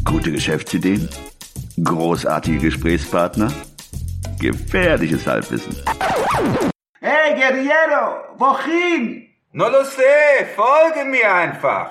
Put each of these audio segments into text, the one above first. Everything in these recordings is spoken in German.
Gute Geschäftsideen? Großartige Gesprächspartner? Gefährliches Halbwissen. Hey Guerriero, wohin? No lo sé, folge mir einfach.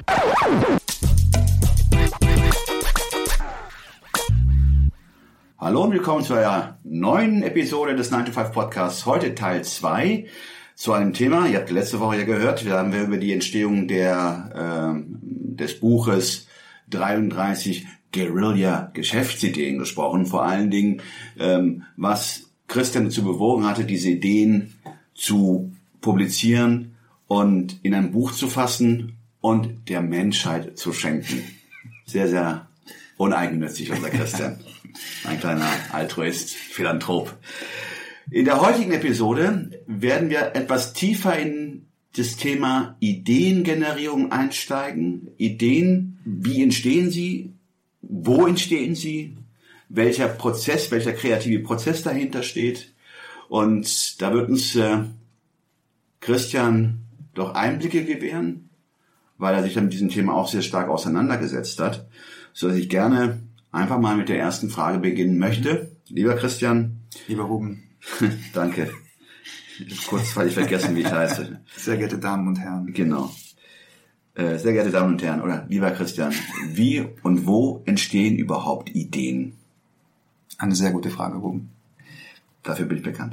Hallo und willkommen zu einer neuen Episode des 9-to-5 Podcasts. Heute Teil 2 zu einem Thema, ihr habt letzte Woche ja gehört, da haben wir über die Entstehung des Buches 33 Guerilla-Geschäftsideen gesprochen. Vor allen Dingen, was Christian dazu bewogen hatte, diese Ideen zu publizieren und in ein Buch zu fassen und der Menschheit zu schenken. Sehr, sehr uneigennützig, unser Christian. Ein kleiner Altruist, Philanthrop. In der heutigen Episode werden wir etwas tiefer in das Thema Ideengenerierung einsteigen. Ideen, wie entstehen sie? Wo entstehen sie? Welcher kreative Prozess dahinter steht? Und da wird uns Christian doch Einblicke gewähren, weil er sich dann mit diesem Thema auch sehr stark auseinandergesetzt hat, so dass ich gerne einfach mal mit der ersten Frage beginnen möchte. Lieber Christian. Lieber Ruben. Danke. Kurz, weil ich vergessen, wie ich heiße. Sehr geehrte Damen und Herren. Genau. Sehr geehrte Damen und Herren, oder lieber Christian, wie und wo entstehen überhaupt Ideen? Eine sehr gute Frage, Ruben. Dafür bin ich bekannt.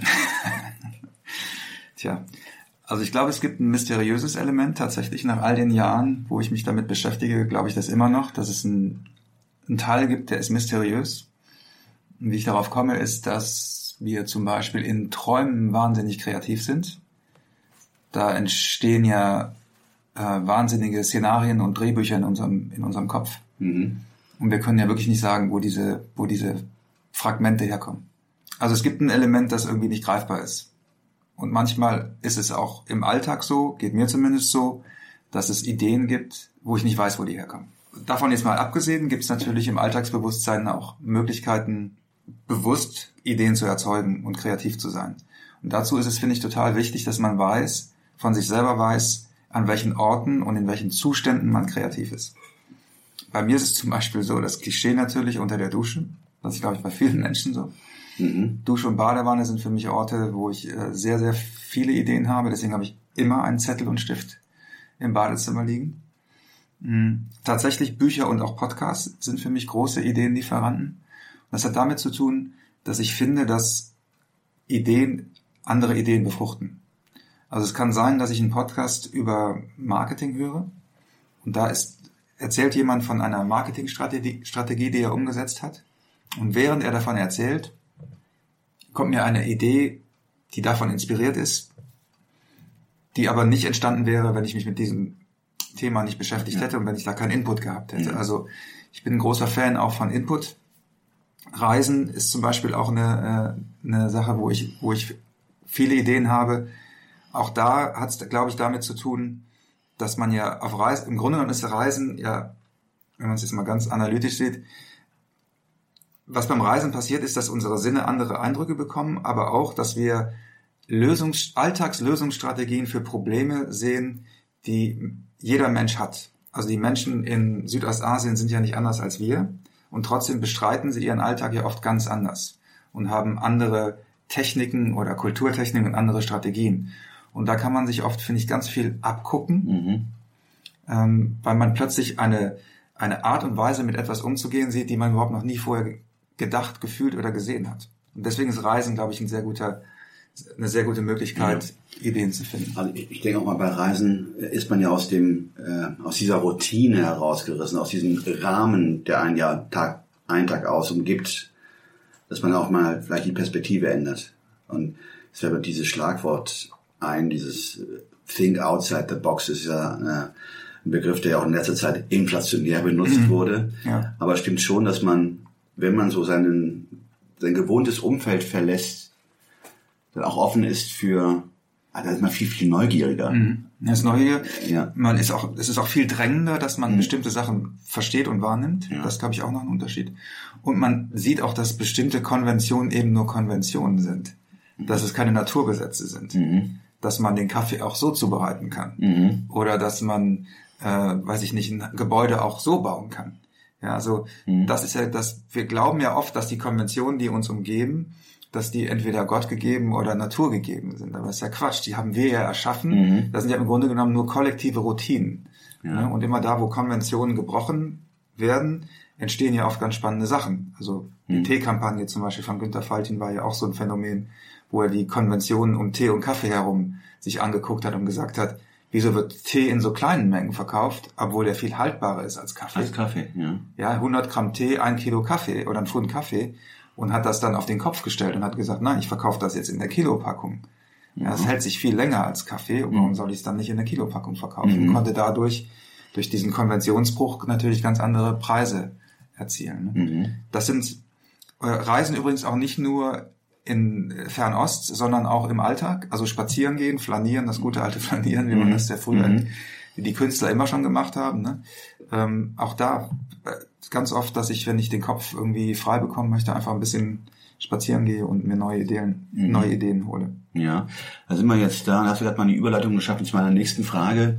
Tja, also ich glaube, es gibt ein mysteriöses Element tatsächlich nach all den Jahren, wo ich mich damit beschäftige, glaube ich das immer noch, dass es einen Teil gibt, der ist mysteriös. Und wie ich darauf komme, ist, dass wir zum Beispiel in Träumen wahnsinnig kreativ sind. Da entstehen ja wahnsinnige Szenarien und Drehbücher in unserem Kopf. Mhm. Und wir können ja wirklich nicht sagen, wo diese Fragmente herkommen. Also es gibt ein Element, das irgendwie nicht greifbar ist. Und manchmal ist es auch im Alltag so, geht mir zumindest so, dass es Ideen gibt, wo ich nicht weiß, wo die herkommen. Davon jetzt mal abgesehen, gibt es natürlich im Alltagsbewusstsein auch Möglichkeiten, bewusst Ideen zu erzeugen und kreativ zu sein. Und dazu ist es, finde ich, total wichtig, dass man von sich selber weiß, an welchen Orten und in welchen Zuständen man kreativ ist. Bei mir ist es zum Beispiel so, das Klischee natürlich unter der Dusche. Das ist, glaube ich, bei vielen Menschen so. Mhm. Dusche und Badewanne sind für mich Orte, wo ich sehr, sehr viele Ideen habe. Deswegen habe ich immer einen Zettel und Stift im Badezimmer liegen. Tatsächlich Bücher und auch Podcasts sind für mich große Ideenlieferanten. Das hat damit zu tun, dass ich finde, dass Ideen andere Ideen befruchten. Also es kann sein, dass ich einen Podcast über Marketing höre und da erzählt jemand von einer Marketingstrategie, die er umgesetzt hat. Und während er davon erzählt, kommt mir eine Idee, die davon inspiriert ist, die aber nicht entstanden wäre, wenn ich mich mit diesem Thema nicht beschäftigt hätte und wenn ich da keinen Input gehabt hätte. Ja. Also ich bin ein großer Fan auch von Input. Reisen ist zum Beispiel auch eine Sache, wo ich viele Ideen habe. Auch da hat es, glaube ich, damit zu tun, dass man ja auf Reisen, im Grunde genommen ist Reisen ja, wenn man es jetzt mal ganz analytisch sieht, was beim Reisen passiert, ist, dass unsere Sinne andere Eindrücke bekommen, aber auch, dass wir Alltagslösungsstrategien für Probleme sehen, die jeder Mensch hat. Also die Menschen in Südostasien sind ja nicht anders als wir und trotzdem bestreiten sie ihren Alltag ja oft ganz anders und haben andere Techniken oder Kulturtechniken und andere Strategien. Und da kann man sich oft, finde ich, ganz viel abgucken, weil man plötzlich eine Art und Weise, mit etwas umzugehen sieht, die man überhaupt noch nie vorher gedacht, gefühlt oder gesehen hat. Und deswegen ist Reisen, glaube ich, eine sehr gute Möglichkeit, Ideen zu finden. Also ich denke auch mal, bei Reisen ist man ja aus dieser Routine herausgerissen, aus diesem Rahmen, der einen ja Tag ein, Tag aus umgibt, dass man auch mal vielleicht die Perspektive ändert. Und es fällt mir dieses Schlagwort ein, dieses Think outside the box ist ja ein Begriff, der ja auch in letzter Zeit inflationär benutzt wurde. Ja. Aber es stimmt schon, dass man, wenn man so sein gewohntes Umfeld verlässt, dann auch offen ist da ist man viel, viel neugieriger. Das ist neugieriger. Ja. Es ist auch viel drängender, dass man bestimmte Sachen versteht und wahrnimmt. Ja. Das ist, glaube ich, auch noch ein Unterschied. Und man sieht auch, dass bestimmte Konventionen eben nur Konventionen sind. Dass es keine Naturgesetze sind. Dass man den Kaffee auch so zubereiten kann. Oder dass man, ein Gebäude auch so bauen kann. Ja, also das ist ja wir glauben ja oft, dass die Konventionen, die uns umgeben, dass die entweder Gott gegeben oder Natur gegeben sind. Aber das ist ja Quatsch, die haben wir ja erschaffen. Das sind ja im Grunde genommen nur kollektive Routinen. Ja. Ne? Und immer da, wo Konventionen gebrochen werden, entstehen ja oft ganz spannende Sachen. Also die Teekampagne zum Beispiel von Günter Faltin war ja auch so ein Phänomen, wo er die Konventionen um Tee und Kaffee herum sich angeguckt hat und gesagt hat, wieso wird Tee in so kleinen Mengen verkauft, obwohl der viel haltbarer ist als Kaffee. Als Kaffee, ja. Ja, 100 Gramm Tee, 1 Kilo Kaffee oder ein Pfund Kaffee und hat das dann auf den Kopf gestellt und hat gesagt, nein, ich verkaufe das jetzt in der Kilopackung. Ja, das hält sich viel länger als Kaffee und warum soll ich es dann nicht in der Kilopackung verkaufen? Und konnte dadurch durch diesen Konventionsbruch natürlich ganz andere Preise erzielen. Ne? Das sind Reisen übrigens auch nicht nur in Fernost, sondern auch im Alltag. Also spazieren gehen, flanieren, das gute alte Flanieren, wie man das ja früher die Künstler immer schon gemacht haben. Ne? Auch da ganz oft, dass ich, wenn ich den Kopf irgendwie frei bekommen möchte, einfach ein bisschen spazieren gehe und mir neue Ideen hole. Ja, da sind wir jetzt da. Hast du gerade mal die Überleitung geschaffen zu meiner nächsten Frage.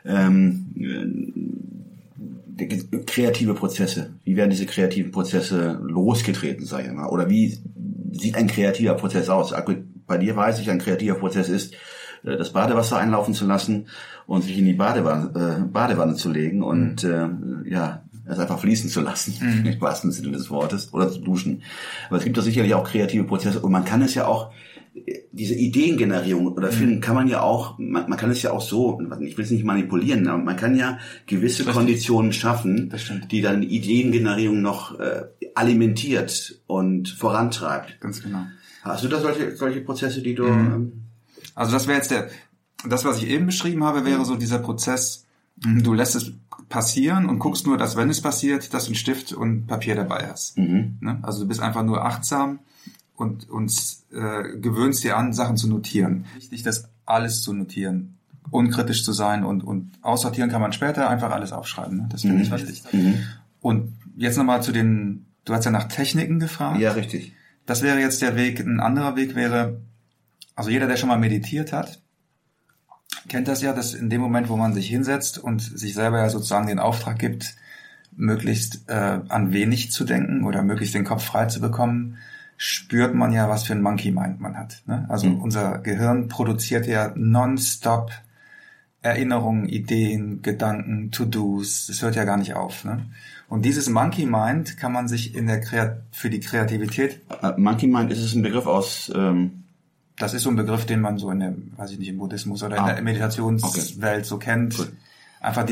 Kreative Prozesse. Wie werden diese kreativen Prozesse losgetreten, sag ich mal? Oder wie sieht ein kreativer Prozess aus? Bei dir weiß ich, ein kreativer Prozess ist, das Badewasser einlaufen zu lassen und sich in die Badewanne zu legen und es einfach fließen zu lassen, im wahrsten Sinne des Wortes, oder zu duschen. Aber es gibt doch sicherlich auch kreative Prozesse und man kann es ja auch, diese Ideengenerierung oder Film kann man ja auch, man kann es ja auch so, ich will es nicht manipulieren, aber man kann ja gewisse Konditionen schaffen, die dann Ideengenerierung noch alimentiert und vorantreibt. Ganz genau. Hast du da solche Prozesse, die du... Also das wäre jetzt das, was ich eben beschrieben habe, wäre so dieser Prozess, du lässt es passieren und guckst nur, dass wenn es passiert, dass du einen Stift und Papier dabei hast. Ne? Also du bist einfach nur achtsam und gewöhnst dir an, Sachen zu notieren. Wichtig, das alles zu notieren, unkritisch zu sein und aussortieren kann man später, einfach alles aufschreiben. Ne? Das finde ich wichtig. Und jetzt nochmal du hast ja nach Techniken gefragt. Ja, richtig. Das wäre jetzt der Weg. Ein anderer Weg wäre, also jeder, der schon mal meditiert hat, kennt das ja, dass in dem Moment, wo man sich hinsetzt und sich selber ja sozusagen den Auftrag gibt, möglichst an wenig zu denken oder möglichst den Kopf frei zu bekommen, spürt man ja, was für ein Monkey Mind man hat. Ne? Also unser Gehirn produziert ja nonstop Erinnerungen, Ideen, Gedanken, To-Dos. Das hört ja gar nicht auf. Ne? Und dieses Monkey Mind kann man sich für die Kreativität... Monkey Mind, ist es ein Begriff aus... Das ist so ein Begriff, den man so im Buddhismus oder in der Meditationswelt so kennt. Cool. Einfach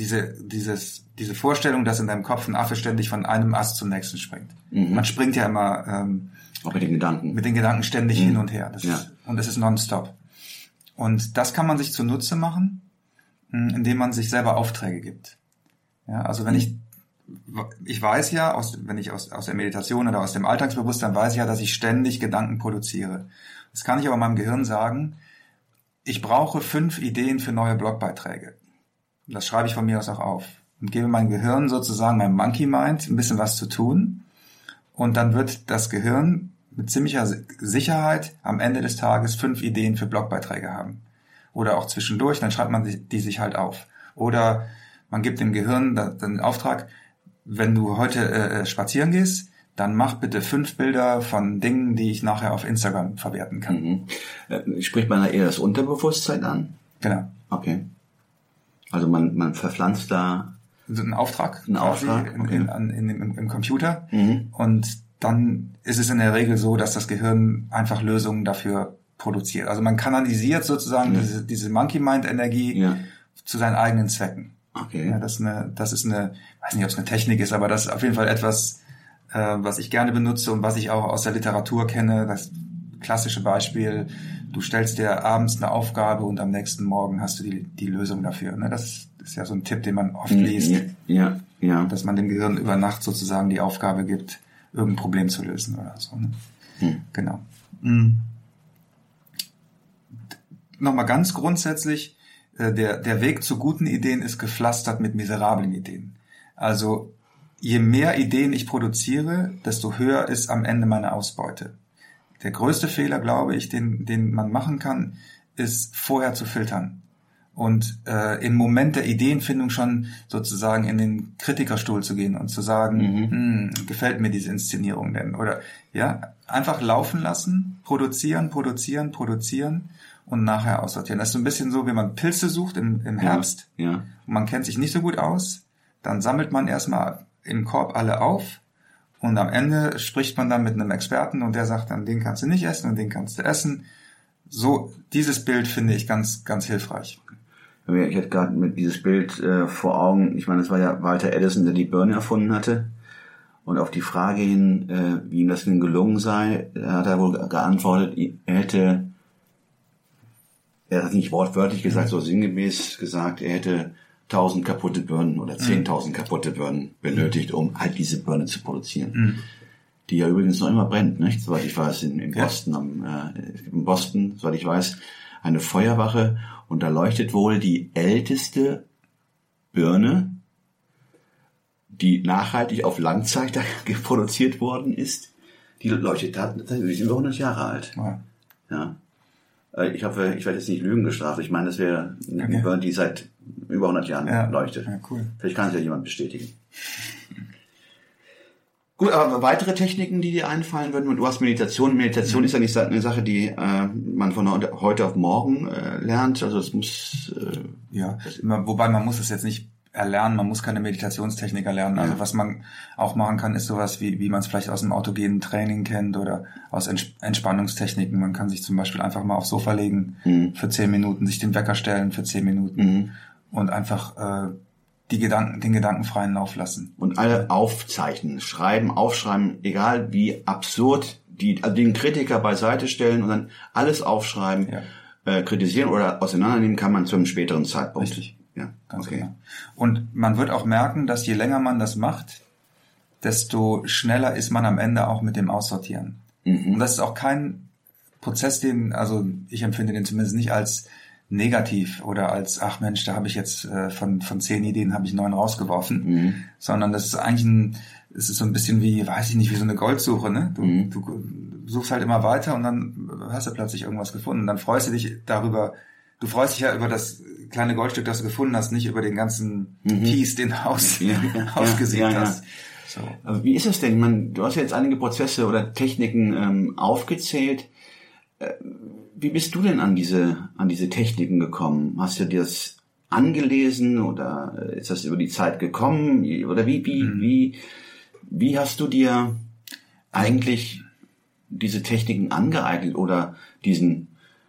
diese Vorstellung, dass in deinem Kopf ein Affe ständig von einem Ast zum nächsten springt. Man springt ja immer auch mit den Gedanken. Mit den Gedanken ständig hin und her. Und das ist nonstop. Und das kann man sich zunutze machen, indem man sich selber Aufträge gibt. Ja, also wenn ich weiß ja, wenn ich aus der Meditation oder aus dem Alltagsbewusstsein weiß ich ja, dass ich ständig Gedanken produziere. Das kann ich aber meinem Gehirn sagen, ich brauche 5 Ideen für neue Blogbeiträge. Das schreibe ich von mir aus auch auf. Und gebe meinem Gehirn sozusagen, meinem Monkey Mind, ein bisschen was zu tun. Und dann wird das Gehirn mit ziemlicher Sicherheit am Ende des Tages 5 Ideen für Blogbeiträge haben. Oder auch zwischendurch, dann schreibt man die sich halt auf. Oder man gibt dem Gehirn den Auftrag, wenn du heute spazieren gehst, dann mach bitte 5 Bilder von Dingen, die ich nachher auf Instagram verwerten kann. Spricht man da eher das Unterbewusstsein an? Genau. Okay. Also man verpflanzt da... Einen Auftrag im Computer. Und dann ist es in der Regel so, dass das Gehirn einfach Lösungen dafür produziert. Also man kanalisiert sozusagen diese Monkey-Mind-Energie zu seinen eigenen Zwecken. Okay. Ja, das ist eine, weiß nicht, ob es eine Technik ist, aber das ist auf jeden Fall etwas, was ich gerne benutze und was ich auch aus der Literatur kenne. Das klassische Beispiel, du stellst dir abends eine Aufgabe und am nächsten Morgen hast du die Lösung dafür. Ne? Das ist ja so ein Tipp, den man oft liest. Ja. Dass man dem Gehirn über Nacht sozusagen die Aufgabe gibt, irgendein Problem zu lösen oder so. Ne? Genau. Nochmal ganz grundsätzlich, der Weg zu guten Ideen ist gepflastert mit miserablen Ideen. Also je mehr Ideen ich produziere, desto höher ist am Ende meine Ausbeute. Der größte Fehler, glaube ich, den man machen kann, ist vorher zu filtern und im Moment der Ideenfindung schon sozusagen in den Kritikerstuhl zu gehen und zu sagen, gefällt mir diese Inszenierung denn? Oder ja, einfach laufen lassen, produzieren und nachher aussortieren. Das ist so ein bisschen so, wie man Pilze sucht im Herbst. Ja. Und man kennt sich nicht so gut aus. Dann sammelt man erstmal im Korb alle auf. Und am Ende spricht man dann mit einem Experten und der sagt dann, den kannst du nicht essen und den kannst du essen. So, dieses Bild finde ich ganz, ganz hilfreich. Ich hatte gerade mit dieses Bild vor Augen, ich meine, es war ja Walter Edison, der die Birne erfunden hatte. Und auf die Frage hin, wie ihm das denn gelungen sei, hat er wohl geantwortet, er hat nicht wortwörtlich gesagt, so sinngemäß gesagt, er hätte 1000 kaputte Birnen oder 10.000 kaputte Birnen benötigt, um halt diese Birne zu produzieren. Die ja übrigens noch immer brennt, nicht? Soweit ich weiß, in Boston, in Boston, soweit ich weiß, eine Feuerwache, und da leuchtet wohl die älteste Birne, die nachhaltig auf Langzeit produziert worden ist. Die leuchtet tatsächlich über 100 Jahre alt. Ja. Ich hoffe, ich werde jetzt nicht Lügen gestraft. Ich meine, das wäre eine Birne, die seit über 100 Jahren leuchtet. Ja, cool. Vielleicht kann es ja jemand bestätigen. Gut, aber weitere Techniken, die dir einfallen würden? Du hast Meditation. Meditation ist ja nicht eine Sache, die man von heute auf morgen lernt. Also es muss... wobei man muss es jetzt nicht erlernen, man muss keine Meditationstechnik erlernen. Also was man auch machen kann, ist sowas, wie man es vielleicht aus einem autogenen Training kennt oder aus Entspannungstechniken. Man kann sich zum Beispiel einfach mal aufs Sofa legen für 10 Minuten, sich den Wecker stellen für 10 Minuten und einfach den Gedanken freien Lauf lassen. Und alle aufzeichnen, aufschreiben, egal wie absurd, den Kritiker beiseite stellen und dann alles aufschreiben, kritisieren oder auseinandernehmen kann man zu einem späteren Zeitpunkt. Richtig. Ja, ganz genau. Und man wird auch merken, dass je länger man das macht, desto schneller ist man am Ende auch mit dem Aussortieren. Und das ist auch kein Prozess, also ich empfinde den zumindest nicht als negativ oder als, ach Mensch, da habe ich jetzt von 10 Ideen habe ich 9 rausgeworfen, sondern das ist eigentlich es ist so ein bisschen wie, weiß ich nicht, wie so eine Goldsuche, ne? Du suchst halt immer weiter und dann hast du plötzlich irgendwas gefunden. Dann freust du dich darüber. Du freust dich ja über das kleine Goldstück, das du gefunden hast, nicht über den ganzen Kies, den du ausgesehen hast. So. Aber wie ist es denn? Ich meine, du hast ja jetzt einige Prozesse oder Techniken aufgezählt. Wie bist du denn an diese Techniken gekommen? Hast du dir das angelesen oder ist das über die Zeit gekommen? Oder wie hast du dir eigentlich diese Techniken angeeignet oder diesen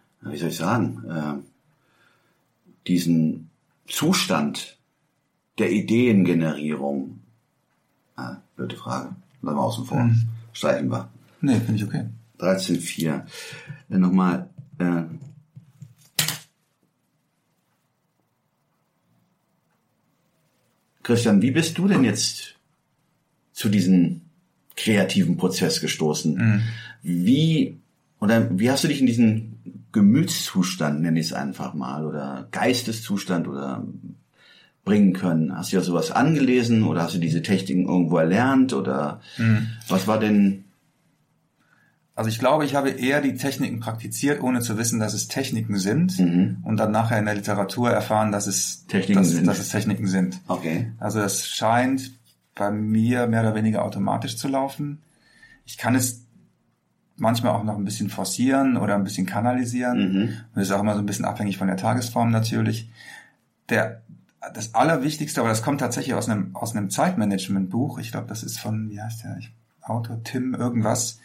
Zustand der Ideengenerierung? Blöde Frage. Lassen wir außen vor. Streichen wir. Nee, finde ich okay. 13.4. Nochmal. Christian, wie bist du denn jetzt zu diesem kreativen Prozess gestoßen? Wie hast du dich in diesen Gemütszustand, nenne ich es einfach mal, oder Geisteszustand oder bringen können? Hast du ja sowas angelesen oder hast du diese Techniken irgendwo erlernt oder was war denn? Also ich glaube, ich habe eher die Techniken praktiziert, ohne zu wissen, dass es Techniken sind und dann nachher in der Literatur erfahren, dass es Techniken sind. Okay. Also das scheint bei mir mehr oder weniger automatisch zu laufen. Ich kann es manchmal auch noch ein bisschen forcieren oder ein bisschen kanalisieren. Das ist auch immer so ein bisschen abhängig von der Tagesform natürlich. Das Allerwichtigste, aber das kommt tatsächlich aus einem Zeitmanagement-Buch. Ich glaube, das ist von, wie heißt der Autor, Tim irgendwas.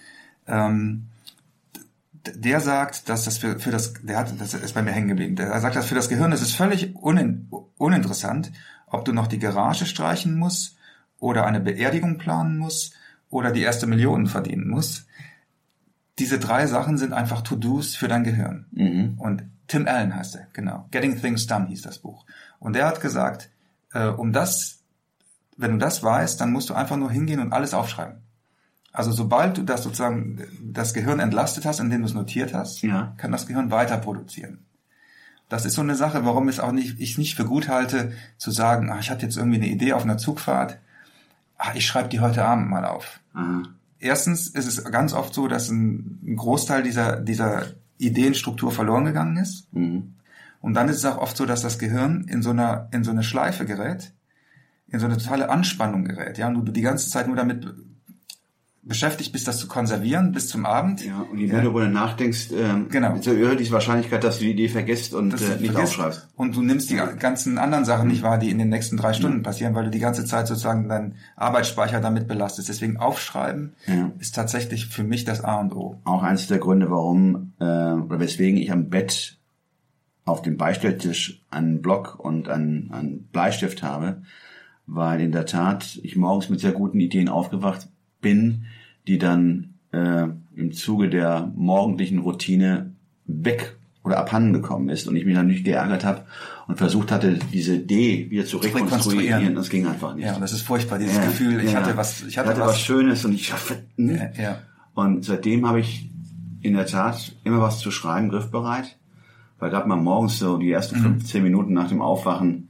Der sagt, dass das das ist bei mir hängen geblieben. Der sagt, dass für das Gehirn, das ist völlig uninteressant, ob du noch die Garage streichen musst oder eine Beerdigung planen musst oder die erste Million verdienen musst. Diese 3 Sachen sind einfach To-Dos für dein Gehirn. Und Tim Allen heißt er, genau. Getting Things Done hieß das Buch. Und der hat gesagt, wenn du das weißt, dann musst du einfach nur hingehen und alles aufschreiben. Also sobald du das sozusagen das Gehirn entlastet hast, indem du es notiert hast, kann das Gehirn weiter produzieren. Das ist so eine Sache, warum ich nicht für gut halte, zu sagen, ich hatte jetzt irgendwie eine Idee auf einer Zugfahrt, ich schreibe die heute Abend mal auf. Erstens ist es ganz oft so, dass ein Großteil dieser Ideenstruktur verloren gegangen ist. Und dann ist es auch oft so, dass das Gehirn in so eine Schleife gerät, in so eine totale Anspannung gerät. Ja, und du die ganze Zeit nur damit beschäftigt bist, das zu konservieren bis zum Abend. Ja, und je mehr du darüber nachdenkst, genau. desto höher die Wahrscheinlichkeit, dass du die Idee vergisst und nicht aufschreibst. Und du nimmst die ganzen anderen Sachen nicht wahr, die in den nächsten 3 Stunden passieren, weil du die ganze Zeit sozusagen deinen Arbeitsspeicher damit belastest. Deswegen Aufschreiben ist tatsächlich für mich das A und O. Auch eins der Gründe, warum oder weswegen ich am Bett auf dem Beistelltisch einen Block und einen Bleistift habe, weil in der Tat ich morgens mit sehr guten Ideen aufgewacht bin, die dann im Zuge der morgendlichen Routine weg oder abhanden gekommen ist und ich mich dann nicht geärgert habe und versucht hatte, diese Idee wieder zu rekonstruieren. Das ging einfach nicht. Ja, und das ist furchtbar, dieses Gefühl, ich hatte was Schönes und ich schaffe. Und seitdem habe ich in der Tat immer was zu schreiben, griffbereit, weil gerade mal morgens so die ersten 15 Minuten nach dem Aufwachen,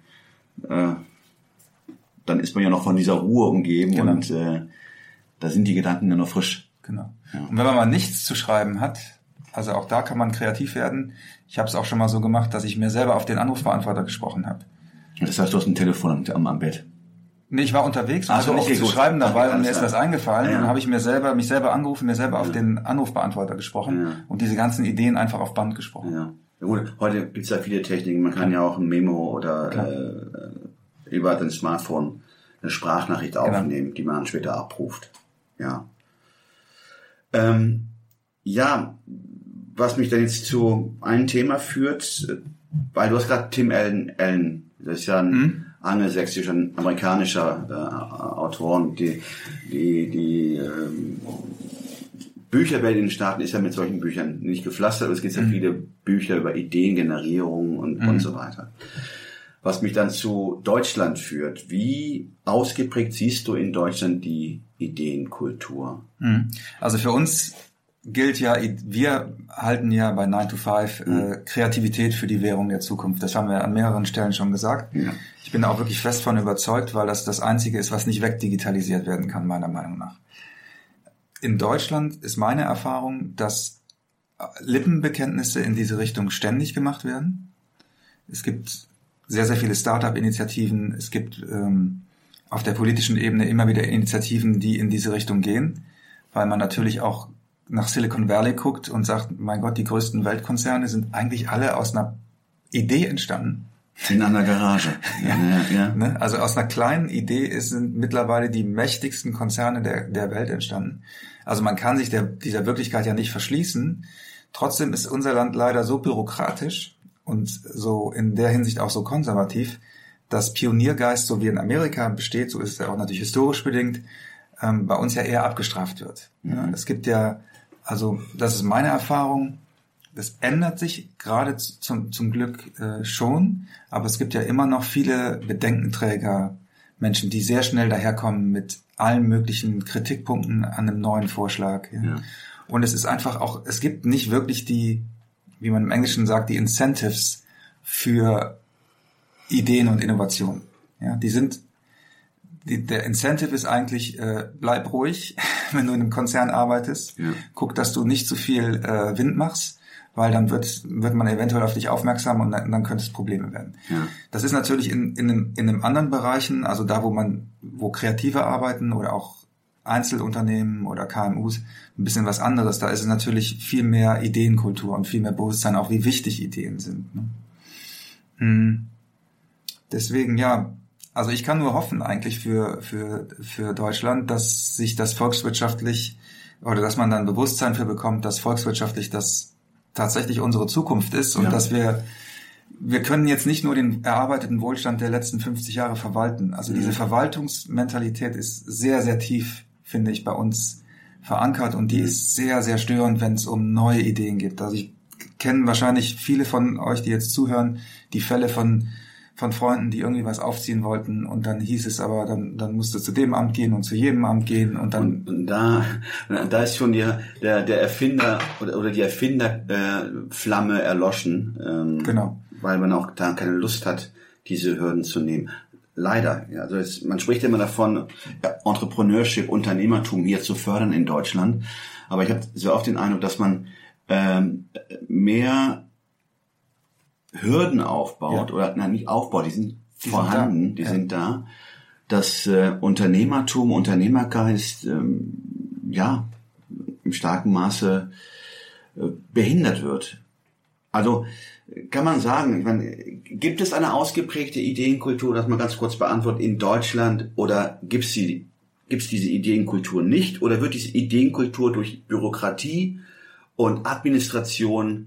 dann ist man ja noch von dieser Ruhe umgeben und da sind die Gedanken ja noch frisch. Genau. Ja. Und wenn man mal nichts zu schreiben hat, also auch da kann man kreativ werden. Ich habe es auch schon mal so gemacht, dass ich mir selber auf den Anrufbeantworter gesprochen habe. Das heißt, du hast ein Telefon am Bett? Nee, ich war unterwegs und hatte nichts zu schreiben dabei und mir ist was eingefallen. Ja. Dann habe ich mich selber angerufen, mir selber auf den Anrufbeantworter gesprochen und diese ganzen Ideen einfach auf Band gesprochen. Ja. Gut, heute gibt es ja viele Techniken. Man kann ja auch ein Memo oder über dein Smartphone eine Sprachnachricht aufnehmen, die man dann später abruft. Ja. Was mich dann jetzt zu einem Thema führt, weil du hast gerade Tim Allen, das ist ja ein angelsächsischer, amerikanischer Autor, und die Bücherwelt in den Staaten ist ja mit solchen Büchern nicht gepflastert, aber es gibt ja viele Bücher über Ideengenerierung und so weiter. Was mich dann zu Deutschland führt. Wie ausgeprägt siehst du in Deutschland die Ideenkultur? Also für uns gilt ja, wir halten ja bei 9 to 5 Kreativität für die Währung der Zukunft. Das haben wir an mehreren Stellen schon gesagt. Ja. Ich bin auch wirklich fest von überzeugt, weil das Einzige ist, was nicht wegdigitalisiert werden kann, meiner Meinung nach. In Deutschland ist meine Erfahrung, dass Lippenbekenntnisse in diese Richtung ständig gemacht werden. Es gibt sehr, sehr viele Start-up-Initiativen. Es gibt auf der politischen Ebene immer wieder Initiativen, die in diese Richtung gehen, weil man natürlich auch nach Silicon Valley guckt und sagt, mein Gott, die größten Weltkonzerne sind eigentlich alle aus einer Idee entstanden. In einer Garage. Ja. Also aus einer kleinen Idee sind mittlerweile die mächtigsten Konzerne der Welt entstanden. Also man kann sich dieser Wirklichkeit ja nicht verschließen. Trotzdem ist unser Land leider so bürokratisch und so in der Hinsicht auch so konservativ, dass Pioniergeist, so wie in Amerika besteht, so ist es ja auch natürlich historisch bedingt, bei uns ja eher abgestraft wird. Ja, es gibt ja, also das ist meine Erfahrung, das ändert sich gerade zum Glück schon, aber es gibt ja immer noch viele Bedenkenträger, Menschen, die sehr schnell daherkommen mit allen möglichen Kritikpunkten an einem neuen Vorschlag. Ja. Und es ist einfach auch, es gibt nicht wirklich die, wie man im Englischen sagt, die Incentives für Ideen und Innovation. Ja, der Incentive ist eigentlich, bleib ruhig, wenn du in einem Konzern arbeitest. Ja. Guck, dass du nicht zu viel Wind machst, weil dann wird man eventuell auf dich aufmerksam und dann könnte es Probleme werden. Ja. Das ist natürlich in einem anderen Bereichen, also da, wo Kreative arbeiten oder auch Einzelunternehmen oder KMUs, ein bisschen was anderes. Da ist es natürlich viel mehr Ideenkultur und viel mehr Bewusstsein, auch wie wichtig Ideen sind. Ne? Deswegen, ja, also ich kann nur hoffen eigentlich für Deutschland, dass sich das volkswirtschaftlich oder dass man dann Bewusstsein für bekommt, dass volkswirtschaftlich das tatsächlich unsere Zukunft ist und dass wir können jetzt nicht nur den erarbeiteten Wohlstand der letzten 50 Jahre verwalten. Also diese Verwaltungsmentalität ist sehr, sehr tief, finde ich, bei uns verankert und die ist sehr, sehr störend, wenn es um neue Ideen geht. Also ich kenne wahrscheinlich viele von euch, die jetzt zuhören, die Fälle von Freunden, die irgendwie was aufziehen wollten und dann hieß es aber, dann musst du zu dem Amt gehen und zu jedem Amt gehen und dann... Und da ist schon der Erfinder oder die Erfinderflamme erloschen. Genau. Weil man auch da keine Lust hat, diese Hürden zu nehmen. Leider. Ja, also man spricht immer davon, Entrepreneurship, Unternehmertum hier zu fördern in Deutschland. Aber ich habe sehr oft den Eindruck, dass man mehr Hürden aufbaut, oder nicht aufbaut, die sind vorhanden, die sind da, dass Unternehmertum, Unternehmergeist im starken Maße behindert wird. Also kann man sagen, ich meine, gibt es eine ausgeprägte Ideenkultur, das mal ganz kurz beantwortet, in Deutschland, oder gibt's diese Ideenkultur nicht, oder wird diese Ideenkultur durch Bürokratie und Administration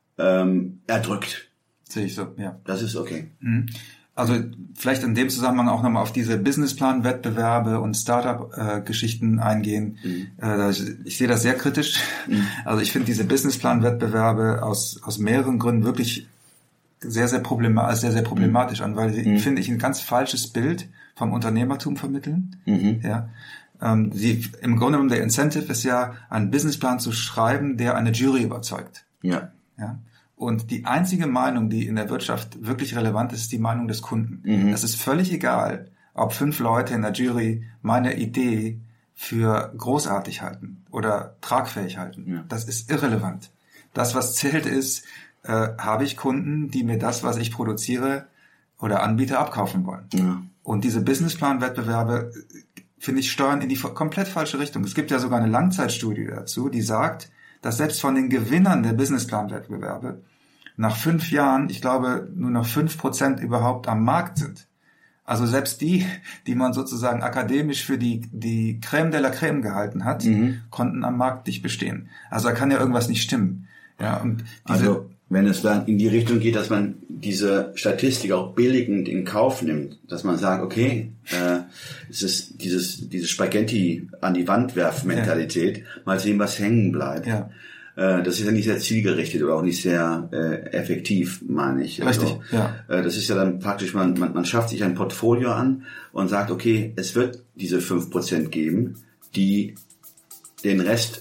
erdrückt? Sehe ich so, ja. Das ist okay. Also vielleicht in dem Zusammenhang auch nochmal auf diese Businessplan-Wettbewerbe und Startup-Geschichten eingehen. Ich sehe das sehr kritisch. Also ich finde diese Businessplan-Wettbewerbe aus mehreren Gründen wirklich sehr problematisch an, weil sie, finde ich, ein ganz falsches Bild vom Unternehmertum vermitteln. Ja. Im Grunde genommen der Incentive ist ja, einen Businessplan zu schreiben, der eine Jury überzeugt. Ja. Ja. Und die einzige Meinung, die in der Wirtschaft wirklich relevant ist, ist die Meinung des Kunden. Es ist völlig egal, ob 5 Leute in der Jury meine Idee für großartig halten oder tragfähig halten. Ja. Das ist irrelevant. Das, was zählt, ist, habe ich Kunden, die mir das, was ich produziere oder anbiete, abkaufen wollen. Ja. Und diese Businessplan-Wettbewerbe, finde ich, steuern in die komplett falsche Richtung. Es gibt ja sogar eine Langzeitstudie dazu, die sagt, dass selbst von den Gewinnern der Businessplan-Wettbewerbe nach 5 Jahren, ich glaube, nur noch 5% überhaupt am Markt sind. Also selbst die man sozusagen akademisch für die Crème de la Crème gehalten hat, konnten am Markt nicht bestehen. Also da kann ja irgendwas nicht stimmen. Ja, und also wenn es dann in die Richtung geht, dass man diese Statistik auch billigend in Kauf nimmt, dass man sagt, okay, es ist diese Spaghetti an die Wand werfen Mentalität, mal sehen, was hängen bleibt. Ja. Das ist ja nicht sehr zielgerichtet oder auch nicht sehr effektiv, meine ich. Richtig, also, ja. Das ist ja dann praktisch, man schafft sich ein Portfolio an und sagt, okay, es wird diese 5% geben, die den Rest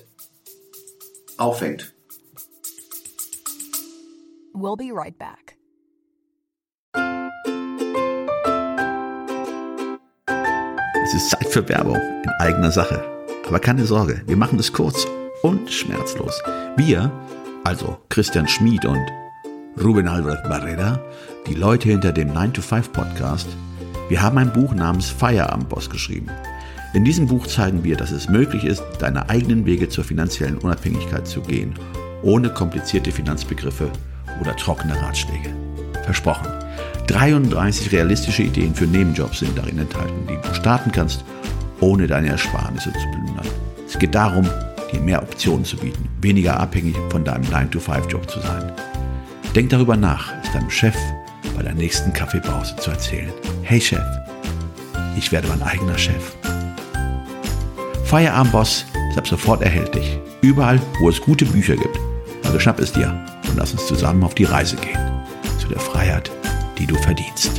auffängt. We'll be right back. Es ist Zeit für Werbung in eigener Sache. Aber keine Sorge, wir machen es kurz und schmerzlos. Wir, also Christian Schmid und Ruben Albert Barrera, die Leute hinter dem 9-to-5-Podcast, wir haben ein Buch namens Feierabendboss geschrieben. In diesem Buch zeigen wir, dass es möglich ist, deine eigenen Wege zur finanziellen Unabhängigkeit zu gehen, ohne komplizierte Finanzbegriffe oder trockene Ratschläge. Versprochen. 33 realistische Ideen für Nebenjobs sind darin enthalten, die du starten kannst, ohne deine Ersparnisse zu plündern. Es geht darum, dir mehr Optionen zu bieten, weniger abhängig von deinem 9-to-5-Job zu sein. Denk darüber nach, es deinem Chef bei der nächsten Kaffeepause zu erzählen. Hey Chef, ich werde mein eigener Chef. Feierabendboss ist ab sofort erhältlich. Überall, wo es gute Bücher gibt. Also schnapp es dir und lass uns zusammen auf die Reise gehen. Zu der Freiheit, die du verdienst.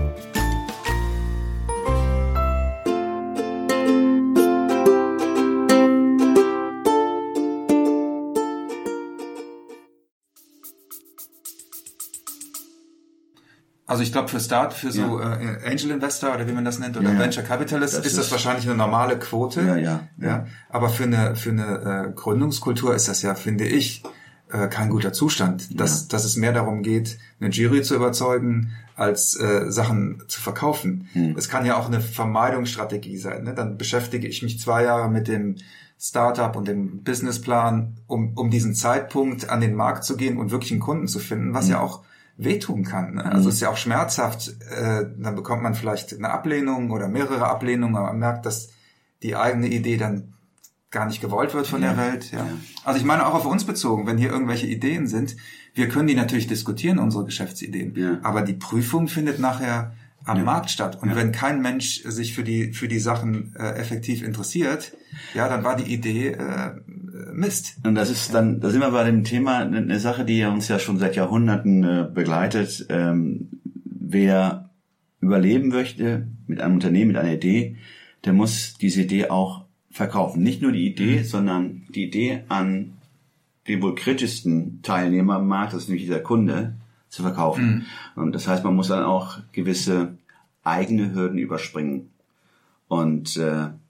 Also ich glaube, für so Angel Investor oder wie man das nennt, oder Venture Capitalist, ist das wahrscheinlich eine normale Quote. Ja. Aber für eine Gründungskultur ist das ja, finde ich, kein guter Zustand. Dass es mehr darum geht, eine Jury zu überzeugen, als Sachen zu verkaufen. Es kann ja auch eine Vermeidungsstrategie sein. Ne? Dann beschäftige ich mich 2 Jahre mit dem Startup und dem Businessplan, um diesen Zeitpunkt an den Markt zu gehen und wirklich einen Kunden zu finden, was ja auch wehtun kann. Ne? Also ist ja auch schmerzhaft. Dann bekommt man vielleicht eine Ablehnung oder mehrere Ablehnungen, aber man merkt, dass die eigene Idee dann gar nicht gewollt wird von der Welt. Ja. Also ich meine auch auf uns bezogen, wenn hier irgendwelche Ideen sind, wir können die natürlich diskutieren, unsere Geschäftsideen, aber die Prüfung findet nachher am Markt statt. Und wenn kein Mensch sich für die Sachen effektiv interessiert, dann war die Idee Mist. Und das ist dann, da sind wir bei dem Thema, eine Sache, die uns ja schon seit Jahrhunderten begleitet. Wer überleben möchte mit einem Unternehmen, mit einer Idee, der muss diese Idee auch verkaufen. Nicht nur die Idee, sondern die Idee an den wohl kritischsten Teilnehmer am Markt, das ist nämlich dieser Kunde, zu verkaufen. Und das heißt, man muss dann auch gewisse eigene Hürden überspringen. Und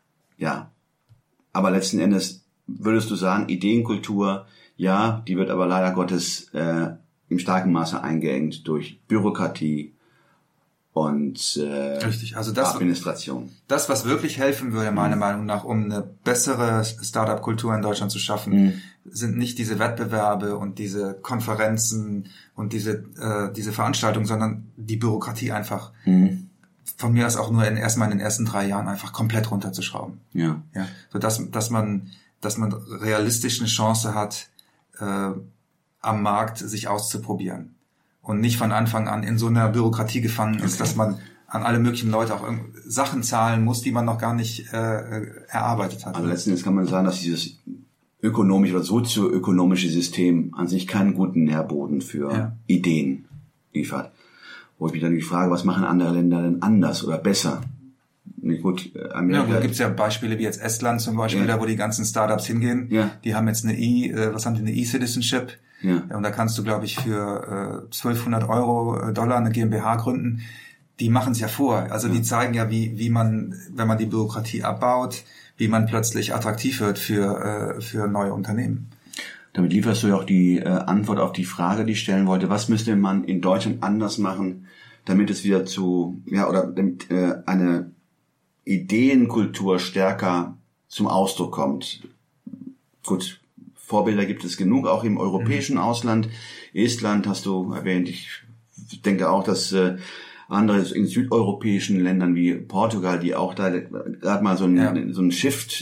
aber letzten Endes würdest du sagen, Ideenkultur, ja, die wird aber leider Gottes im starken Maße eingeengt durch Bürokratie und Richtig. Also das, Administration. Das, was wirklich helfen würde, meiner Meinung nach, um eine bessere Startup-Kultur in Deutschland zu schaffen, sind nicht diese Wettbewerbe und diese Konferenzen und diese Veranstaltungen, sondern die Bürokratie einfach von mir aus auch nur erstmal in den ersten 3 Jahren einfach komplett runterzuschrauben. Ja. So dass man realistisch eine Chance hat, am Markt sich auszuprobieren. Und nicht von Anfang an in so einer Bürokratie gefangen ist, dass man an alle möglichen Leute auch Sachen zahlen muss, die man noch gar nicht erarbeitet hat. Also letzten Endes kann man sagen, dass dieses ökonomische oder sozioökonomische System an sich keinen guten Nährboden für Ideen liefert. Wo ich mich dann die Frage, was machen andere Länder denn anders oder besser? Nicht gut, Amerika. Da gibt's ja Beispiele wie jetzt Estland zum Beispiel, da wo die ganzen Startups hingehen. Ja. Die haben jetzt eine E-Citizenship. Ja. Und da kannst du, glaube ich, für 1200 $, eine GmbH gründen. Die machen es ja vor. Also die zeigen ja, wie man, wenn man die Bürokratie abbaut, wie man plötzlich attraktiv wird für neue Unternehmen. Damit lieferst du ja auch die Antwort auf die Frage, die ich stellen wollte. Was müsste man in Deutschland anders machen, damit es wieder damit eine Ideenkultur stärker zum Ausdruck kommt? Gut, Vorbilder gibt es genug, auch im europäischen Ausland. Estland hast du erwähnt. Ich denke auch, dass andere in südeuropäischen Ländern wie Portugal, die auch da gerade mal so ein Shift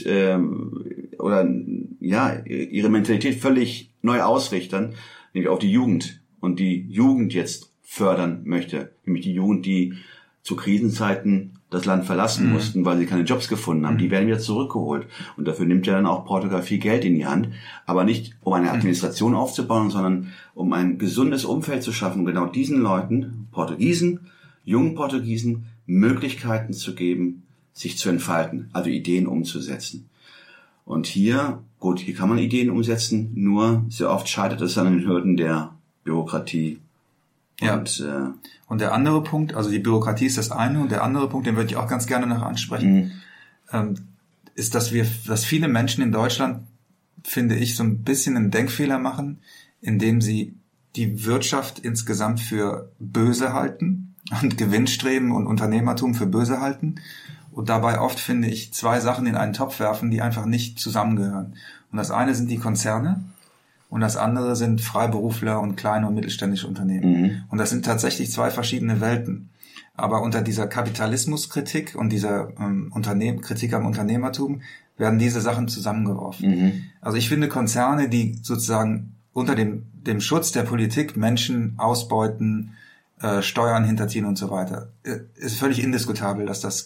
ihre Mentalität völlig neu ausrichten, nämlich auf die Jugend und die Jugend jetzt fördern möchte, nämlich die Jugend, die zu Krisenzeiten das Land verlassen mussten, weil sie keine Jobs gefunden haben. Die werden wieder zurückgeholt. Und dafür nimmt ja dann auch Portugal viel Geld in die Hand. Aber nicht, um eine Administration aufzubauen, sondern um ein gesundes Umfeld zu schaffen, um genau diesen Leuten, jungen Portugiesen, Möglichkeiten zu geben, sich zu entfalten, also Ideen umzusetzen. Und hier kann man Ideen umsetzen, nur sehr oft scheitert es an den Hürden der Bürokratie. Und der andere Punkt, also die Bürokratie ist das eine, und der andere Punkt, den würde ich auch ganz gerne noch ansprechen, ist, dass viele Menschen in Deutschland, finde ich, so ein bisschen einen Denkfehler machen, indem sie die Wirtschaft insgesamt für böse halten und Gewinnstreben und Unternehmertum für böse halten und dabei oft, finde ich, 2 Sachen in einen Topf werfen, die einfach nicht zusammengehören. Und das eine sind die Konzerne, und das andere sind Freiberufler und kleine und mittelständische Unternehmen. Und das sind tatsächlich 2 verschiedene Welten. Aber unter dieser Kapitalismuskritik und dieser Kritik am Unternehmertum werden diese Sachen zusammengeworfen. Also ich finde Konzerne, die sozusagen unter dem Schutz der Politik Menschen ausbeuten, Steuern hinterziehen und so weiter, ist völlig indiskutabel, dass das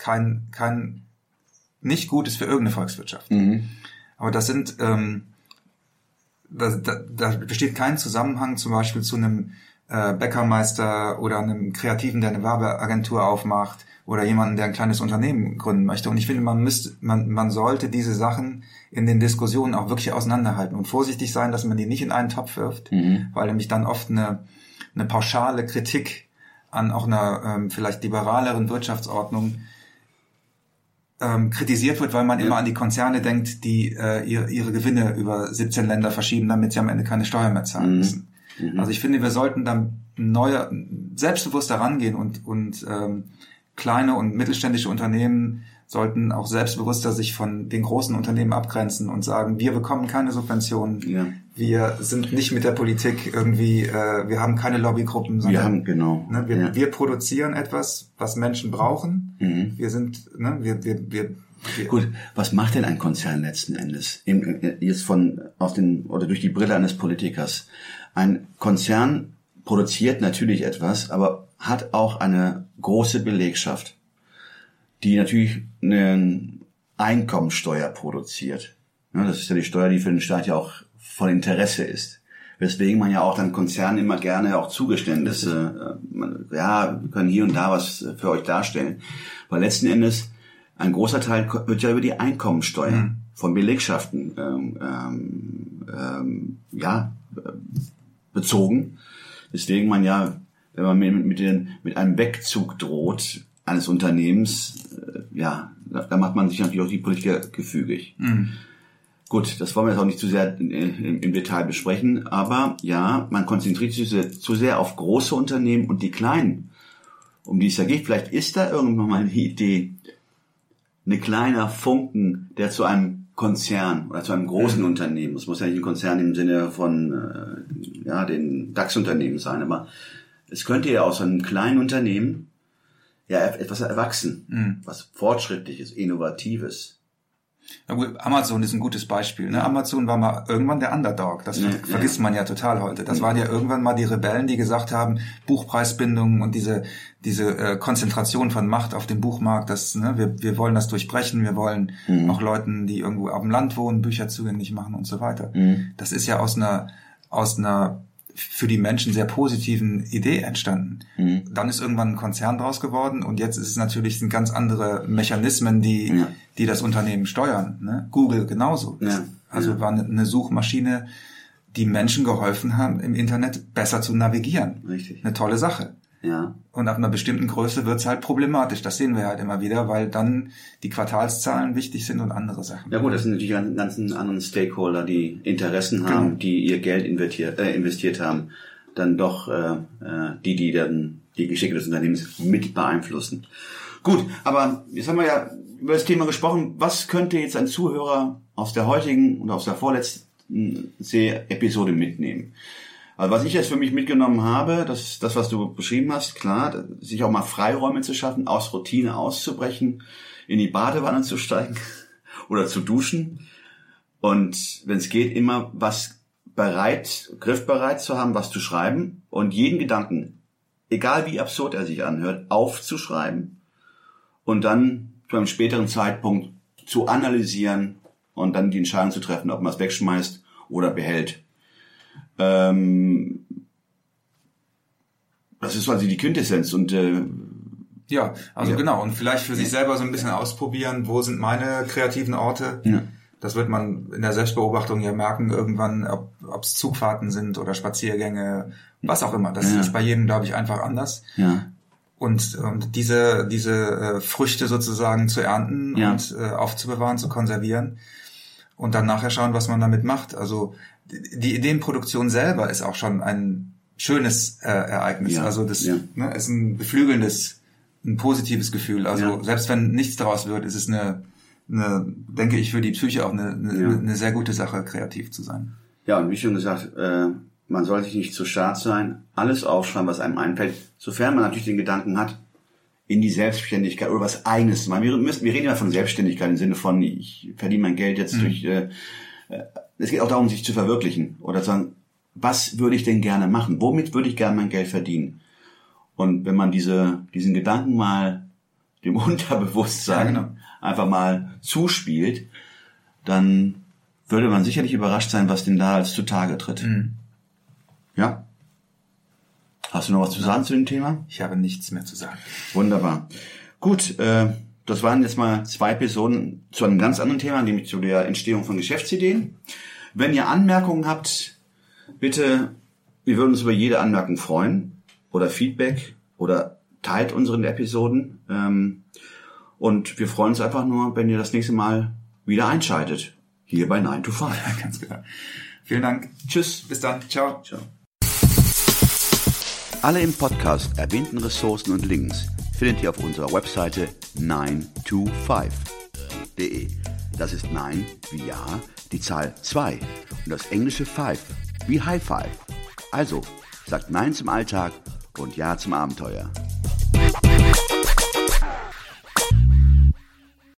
nicht gut ist für irgendeine Volkswirtschaft. Aber das sind da besteht kein Zusammenhang zum Beispiel zu einem Bäckermeister oder einem Kreativen, der eine Werbeagentur aufmacht, oder jemanden, der ein kleines Unternehmen gründen möchte. Und ich finde, man sollte diese Sachen in den Diskussionen auch wirklich auseinanderhalten und vorsichtig sein, dass man die nicht in einen Topf wirft, weil nämlich dann oft eine pauschale Kritik an auch einer vielleicht liberaleren Wirtschaftsordnung kritisiert wird, weil man immer an die Konzerne denkt, die ihre Gewinne über 17 Länder verschieben, damit sie am Ende keine Steuern mehr zahlen müssen. Also ich finde, wir sollten dann selbstbewusster rangehen und kleine und mittelständische Unternehmen sollten auch selbstbewusster sich von den großen Unternehmen abgrenzen und sagen, wir bekommen keine Subventionen, wir sind nicht mit der Politik irgendwie, wir haben keine Lobbygruppen, sondern wir produzieren etwas, was Menschen brauchen. Wir sind, Gut, was macht denn ein Konzern letzten Endes? Jetzt durch die Brille eines Politikers. Ein Konzern produziert natürlich etwas, aber hat auch eine große Belegschaft, die natürlich eine Einkommensteuer produziert. Das ist ja die Steuer, die für den Staat ja auch von Interesse ist. Weswegen man ja auch dann Konzernen immer gerne auch Zugeständnisse, wir können hier und da was für euch darstellen. Weil letzten Endes ein großer Teil wird ja über die Einkommensteuer von Belegschaften bezogen. Deswegen man ja, wenn man mit einem Wegzug droht eines Unternehmens, da macht man sich natürlich auch die Politiker gefügig. Gut, das wollen wir jetzt auch nicht zu sehr im Detail besprechen, aber ja, man konzentriert sich zu sehr auf große Unternehmen und die kleinen, um die es da geht. Vielleicht ist da irgendwann mal eine Idee, ein kleiner Funken, der zu einem Konzern oder zu einem großen Unternehmen, es muss ja nicht ein Konzern im Sinne von den DAX-Unternehmen sein, aber es könnte ja aus einem kleinen Unternehmen ja etwas erwachsen, was Fortschrittliches, Innovatives. Ja gut, Amazon ist ein gutes Beispiel. Ne? Amazon war mal irgendwann der Underdog. Das vergisst man ja total heute. Das waren ja irgendwann mal die Rebellen, die gesagt haben, Buchpreisbindungen und diese Konzentration von Macht auf dem Buchmarkt, wir wollen das durchbrechen. Wir wollen auch Leuten, die irgendwo auf dem Land wohnen, Bücher zugänglich machen und so weiter. Das ist ja aus einer für die Menschen sehr positiven Idee entstanden. Dann ist irgendwann ein Konzern draus geworden und jetzt sind ganz andere Mechanismen, die das Unternehmen steuern. Ne? Google genauso. War eine Suchmaschine, die Menschen geholfen haben, im Internet besser zu navigieren. Richtig. Eine tolle Sache. Ja. Und ab einer bestimmten Größe wird's halt problematisch. Das sehen wir halt immer wieder, weil dann die Quartalszahlen wichtig sind und andere Sachen. Ja gut, das sind natürlich einen ganzen anderen Stakeholder, die Interessen haben, die ihr Geld investiert haben, dann doch die dann die Geschicke des Unternehmens mit beeinflussen. Gut, aber jetzt haben wir ja über das Thema gesprochen. Was könnte jetzt ein Zuhörer aus der heutigen und aus der vorletzten Episode mitnehmen? Also was ich jetzt für mich mitgenommen habe, das was du beschrieben hast, klar, sich auch mal Freiräume zu schaffen, aus Routine auszubrechen, in die Badewanne zu steigen oder zu duschen und wenn es geht, immer was griffbereit zu haben, was zu schreiben und jeden Gedanken, egal wie absurd er sich anhört, aufzuschreiben und dann zu einem späteren Zeitpunkt zu analysieren und dann die Entscheidung zu treffen, ob man es wegschmeißt oder behält. Das ist quasi die Quintessenz und genau, und vielleicht für sich selber so ein bisschen ausprobieren, wo sind meine kreativen Orte. Ja. Das wird man in der Selbstbeobachtung ja merken irgendwann, ob es Zugfahrten sind oder Spaziergänge, was auch immer. Das ist bei jedem, glaube ich, einfach anders. Ja. Und diese Früchte sozusagen zu ernten und aufzubewahren, zu konservieren und dann nachher schauen, was man damit macht. Also die Ideenproduktion selber ist auch schon ein schönes Ereignis. Ja, also das ist ein beflügelndes, ein positives Gefühl. Also selbst wenn nichts daraus wird, ist es eine denke ich, für die Psyche auch eine sehr gute Sache, kreativ zu sein. Ja, und wie schon gesagt, man soll sich nicht zu schad sein, alles aufschreiben, was einem einfällt, sofern man natürlich den Gedanken hat, in die Selbstständigkeit oder was Eigenes zu machen. Wir reden ja von Selbstständigkeit im Sinne von, ich verdiene mein Geld jetzt durch... Es geht auch darum, sich zu verwirklichen oder zu sagen, was würde ich denn gerne machen? Womit würde ich gerne mein Geld verdienen? Und wenn man diesen Gedanken mal dem Unterbewusstsein einfach mal zuspielt, dann würde man sicherlich überrascht sein, was denn da als zutage tritt. Ja? Hast du noch was zu sagen zu dem Thema? Ich habe nichts mehr zu sagen. Wunderbar. Gut, das waren jetzt mal 2 Episoden zu einem ganz anderen Thema, nämlich zu der Entstehung von Geschäftsideen. Wenn ihr Anmerkungen habt, bitte, wir würden uns über jede Anmerkung freuen oder Feedback oder teilt unsere Episoden. Und wir freuen uns einfach nur, wenn ihr das nächste Mal wieder einschaltet. Hier bei 9 to 5. Ja, ganz genau. Vielen Dank. Tschüss. Bis dann. Ciao. Ciao. Alle im Podcast erwähnten Ressourcen und Links findet ihr auf unserer Webseite 925.de. Das ist 9 wie Ja, die Zahl 2 und das englische 5 wie High Five. Also, sagt Nein zum Alltag und Ja zum Abenteuer.